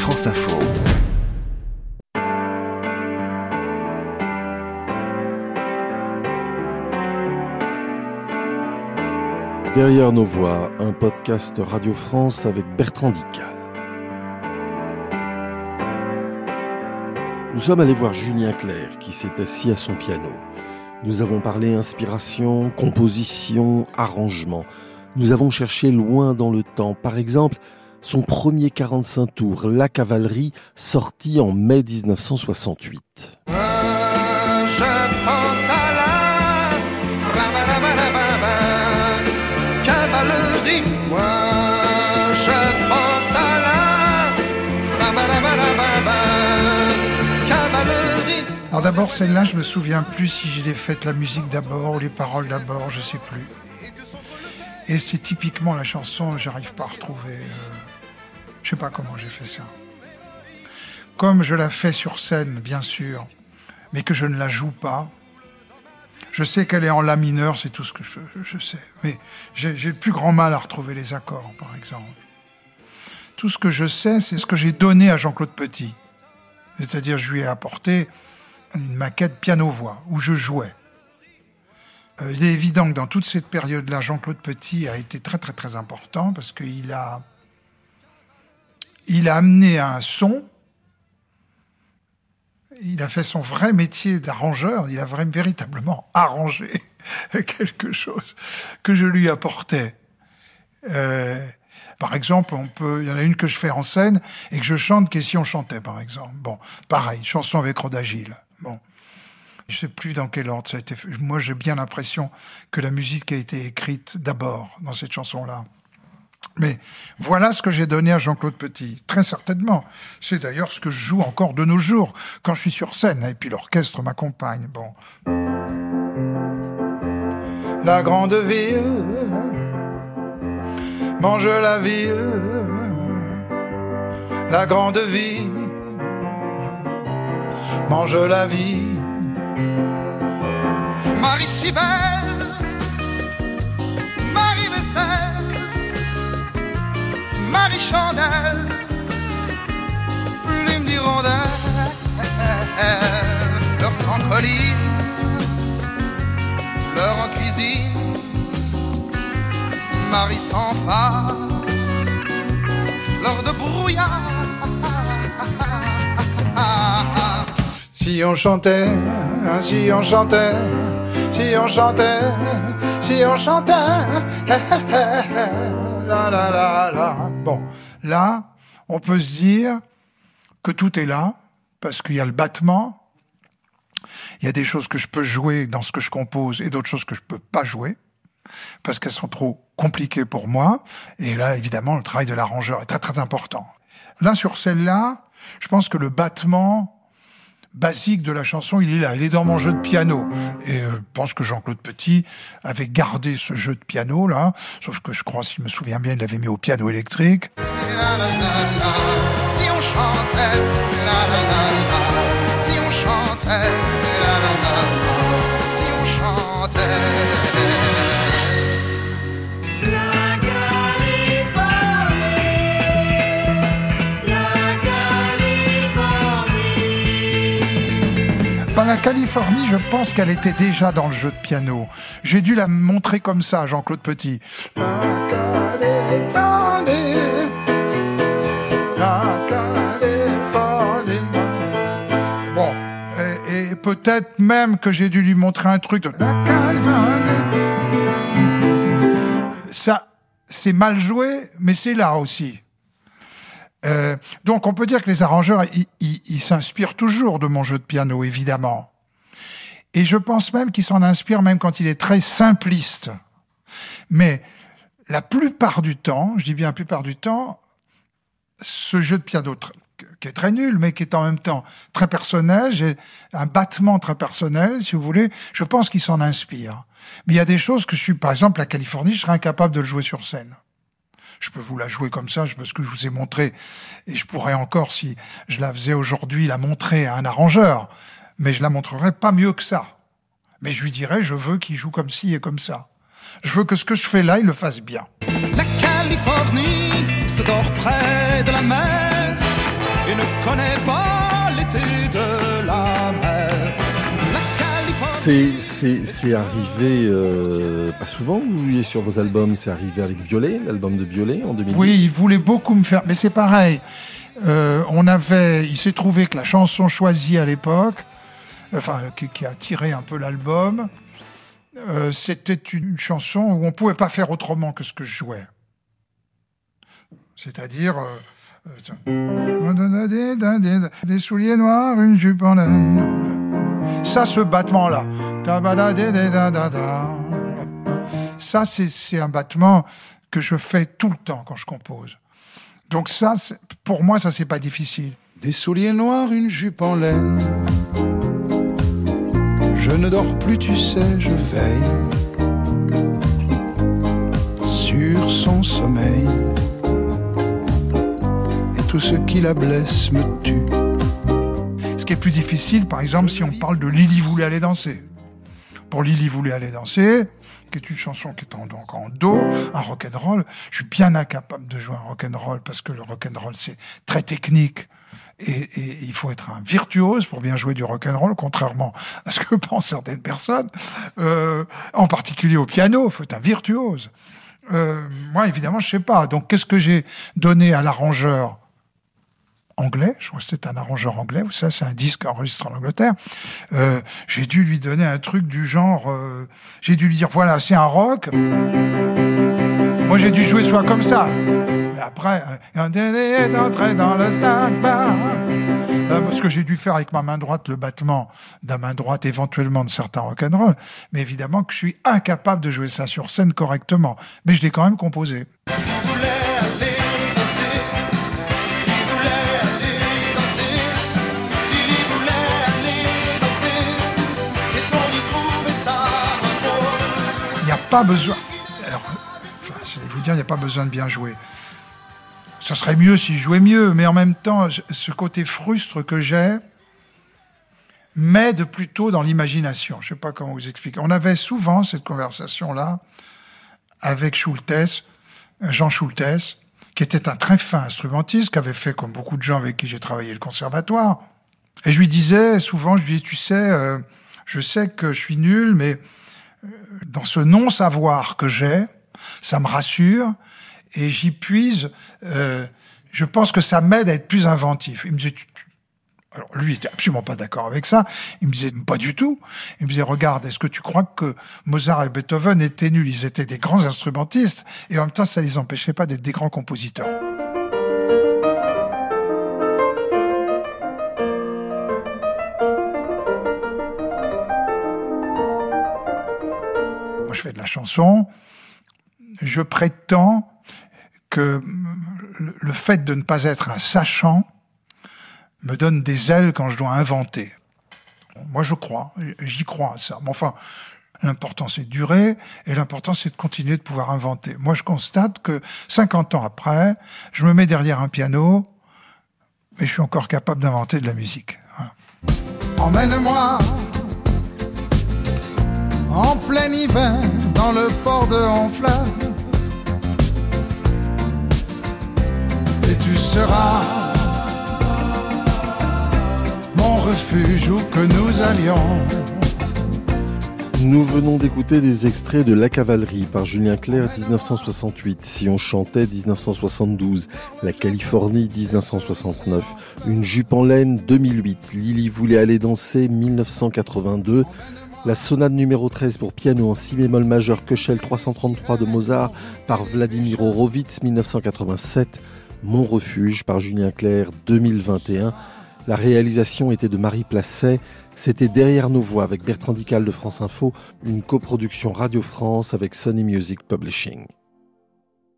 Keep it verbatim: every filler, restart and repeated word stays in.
France Info. Derrière nos voix, un podcast Radio France avec Bertrand Dical. Nous sommes allés voir Julien Clerc qui s'est assis à son piano. Nous avons parlé inspiration, composition, arrangement. Nous avons cherché loin dans le temps. Par exemple, son premier quarante-cinq tours, La Cavalerie, sorti en mai dix-neuf cent soixante-huit. Alors d'abord, celle-là, je me souviens plus si j'ai fait la musique d'abord ou les paroles d'abord, je sais plus. Et c'est typiquement la chanson, j'arrive pas à retrouver. Euh, je sais pas comment j'ai fait ça. Comme je la fais sur scène, bien sûr, mais que je ne la joue pas. Je sais qu'elle est en la mineur, c'est tout ce que je, je sais. Mais j'ai, j'ai le plus grand mal à retrouver les accords, par exemple. Tout ce que je sais, c'est ce que j'ai donné à Jean-Claude Petit. C'est-à-dire, je lui ai apporté une maquette piano-voix, où je jouais. Euh, il est évident que dans toute cette période-là, Jean-Claude Petit a été très très très important, parce qu'il a, il a amené un son, il a fait son vrai métier d'arrangeur, il a vraiment, véritablement arrangé quelque chose que je lui apportais. Euh, Par exemple, on peut, il y en a une que je fais en scène et que je chante qu'est si on chantait, par exemple. Bon, pareil, chanson avec Rodagile. Bon, je sais plus dans quel ordre ça a été fait. Moi, j'ai bien l'impression que la musique a été écrite d'abord dans cette chanson-là. Mais voilà ce que j'ai donné à Jean-Claude Petit, très certainement. C'est d'ailleurs ce que je joue encore de nos jours quand je suis sur scène et puis l'orchestre m'accompagne. Bon, la grande ville mange la ville, la grande vie mange la vie. Marie si belle, Marie vaisselle, Marie chandelle, plume d'hirondelle, fleurs sans colline, fleurs en cuisine, Marie sans phare, fleur de brouillard. Si on chantait, si on chantait, si on chantait, si on chantait, la la la la. Bon, là, on peut se dire que tout est là, parce qu'il y a le battement, il y a des choses que je peux jouer dans ce que je compose et d'autres choses que je peux pas jouer, parce qu'elles sont trop compliquées pour moi. Et là, évidemment, le travail de l'arrangeur est très très important. Là, sur celle-là, je pense que le battement basique de la chanson, il est là, il est dans mon jeu de piano. Et euh, je pense que Jean-Claude Petit avait gardé ce jeu de piano là, sauf que je crois, si je me souviens bien, il l'avait mis au piano électrique. La, la, la, la, si on chantait, la, la, la, la, si on chantait, la, la, la, la, si on chantait. Pas la Californie, je pense qu'elle était déjà dans le jeu de piano. J'ai dû la montrer comme ça à Jean-Claude Petit. La Californie, la Californie. Bon, et, et peut-être même que j'ai dû lui montrer un truc de la Californie. Ça, c'est mal joué, mais c'est là aussi. Euh, donc on peut dire que les arrangeurs, ils, ils, ils s'inspirent toujours de mon jeu de piano, évidemment. Et je pense même qu'ils s'en inspirent même quand il est très simpliste. Mais la plupart du temps, je dis bien la plupart du temps, ce jeu de piano tr- qui est très nul, mais qui est en même temps très personnel, j'ai un battement très personnel, si vous voulez, je pense qu'ils s'en inspirent. Mais il y a des choses que je suis, par exemple, la Californie, je serais incapable de le jouer sur scène. Je peux vous la jouer comme ça, parce que je vous ai montré, et je pourrais encore, si je la faisais aujourd'hui, la montrer à un arrangeur, mais je la montrerais pas mieux que ça. Mais je lui dirais, je veux qu'il joue comme ci et comme ça. Je veux que ce que je fais là, il le fasse bien. La Californie se dort près de la mer, ne connaît pas l'été de la mer. C'est, c'est, c'est arrivé, euh, pas souvent, vous jouiez sur vos albums, c'est arrivé avec Biolay, l'album de Biolay en deux mille huit. Oui, il voulait beaucoup me faire, mais c'est pareil. Euh, on avait, il s'est trouvé que la chanson choisie à l'époque, enfin, qui, qui a tiré un peu l'album, euh, c'était une chanson où on pouvait pas faire autrement que ce que je jouais. C'est-à-dire, euh, euh, des souliers noirs, une jupe en laine. Ça, ce battement-là, ça, c'est, c'est un battement que je fais tout le temps quand je compose. Donc ça, c'est, pour moi, ça, c'est pas difficile. Des souliers noirs, une jupe en laine. Je ne dors plus, tu sais, je veille sur son sommeil. Et tout ce qui la blesse me tue. Ce qui est plus difficile, par exemple, si on parle de Lily voulait aller danser. Pour Lily voulait aller danser, qui est une chanson qui est en, donc en do, un rock'n'roll, je suis bien incapable de jouer un rock'n'roll parce que le rock'n'roll, c'est très technique. Et, et il faut être un virtuose pour bien jouer du rock'n'roll, contrairement à ce que pensent certaines personnes. Euh, en particulier au piano, il faut être un virtuose. Euh, moi, évidemment, je sais pas. Donc, qu'est-ce que j'ai donné à l'arrangeur anglais, je crois que c'était un arrangeur anglais, ça c'est un disque enregistré en Angleterre, euh, j'ai dû lui donner un truc du genre, euh, j'ai dû lui dire, voilà, c'est un rock, moi j'ai dû jouer soit comme ça, mais après, on est entré dans le snack bar, euh, parce que j'ai dû faire avec ma main droite le battement de la main droite éventuellement de certains rock'n'roll, mais évidemment que je suis incapable de jouer ça sur scène correctement, mais je l'ai quand même composé. Pas besoin. Alors, enfin, je vais vous dire, il n'y a pas besoin de bien jouer. Ce serait mieux si je jouais mieux, mais en même temps, ce côté frustre que j'ai m'aide plutôt dans l'imagination. Je ne sais pas comment vous expliquer. On avait souvent cette conversation-là avec Schultes, Jean Schultes, qui était un très fin instrumentiste, qui avait fait, comme beaucoup de gens avec qui j'ai travaillé, le conservatoire. Et je lui disais souvent, je lui disais, tu sais, euh, je sais que je suis nul, mais dans ce non-savoir que j'ai, ça me rassure et j'y puise. Euh, je pense que ça m'aide à être plus inventif. Il me disait, tu, tu... alors lui, il était absolument pas d'accord avec ça. Il me disait, pas du tout. Il me disait, regarde, est-ce que tu crois que Mozart et Beethoven étaient nuls? Ils étaient des grands instrumentistes et en même temps, ça les empêchait pas d'être des grands compositeurs. Je fais de la chanson, je prétends que le fait de ne pas être un sachant me donne des ailes quand je dois inventer. Moi, je crois, j'y crois à ça. Mais enfin, l'important, c'est de durer, et l'important, c'est de continuer de pouvoir inventer. Moi, je constate que cinquante ans après, je me mets derrière un piano, et je suis encore capable d'inventer de la musique. Voilà. Emmène-moi en plein hiver, dans le port de Honfleur, et tu seras mon refuge où que nous allions. Nous venons d'écouter des extraits de La Cavalerie par Julien Clerc dix-neuf cent soixante-huit, Si on chantait dix-neuf cent soixante-douze, La Californie dix-neuf cent soixante-neuf, Une jupe en laine deux mille huit, Lily voulait aller danser dix-neuf cent quatre-vingt-deux, la sonate numéro treize pour piano en si bémol majeur Köchel trois cent trente-trois de Mozart par Vladimir Horowitz dix-neuf cent quatre-vingt-sept, Mon refuge par Julien Clerc deux mille vingt et un. La réalisation était de Marie Placet. C'était Derrière nos voix avec Bertrand Dical de France Info, une coproduction Radio France avec Sony Music Publishing.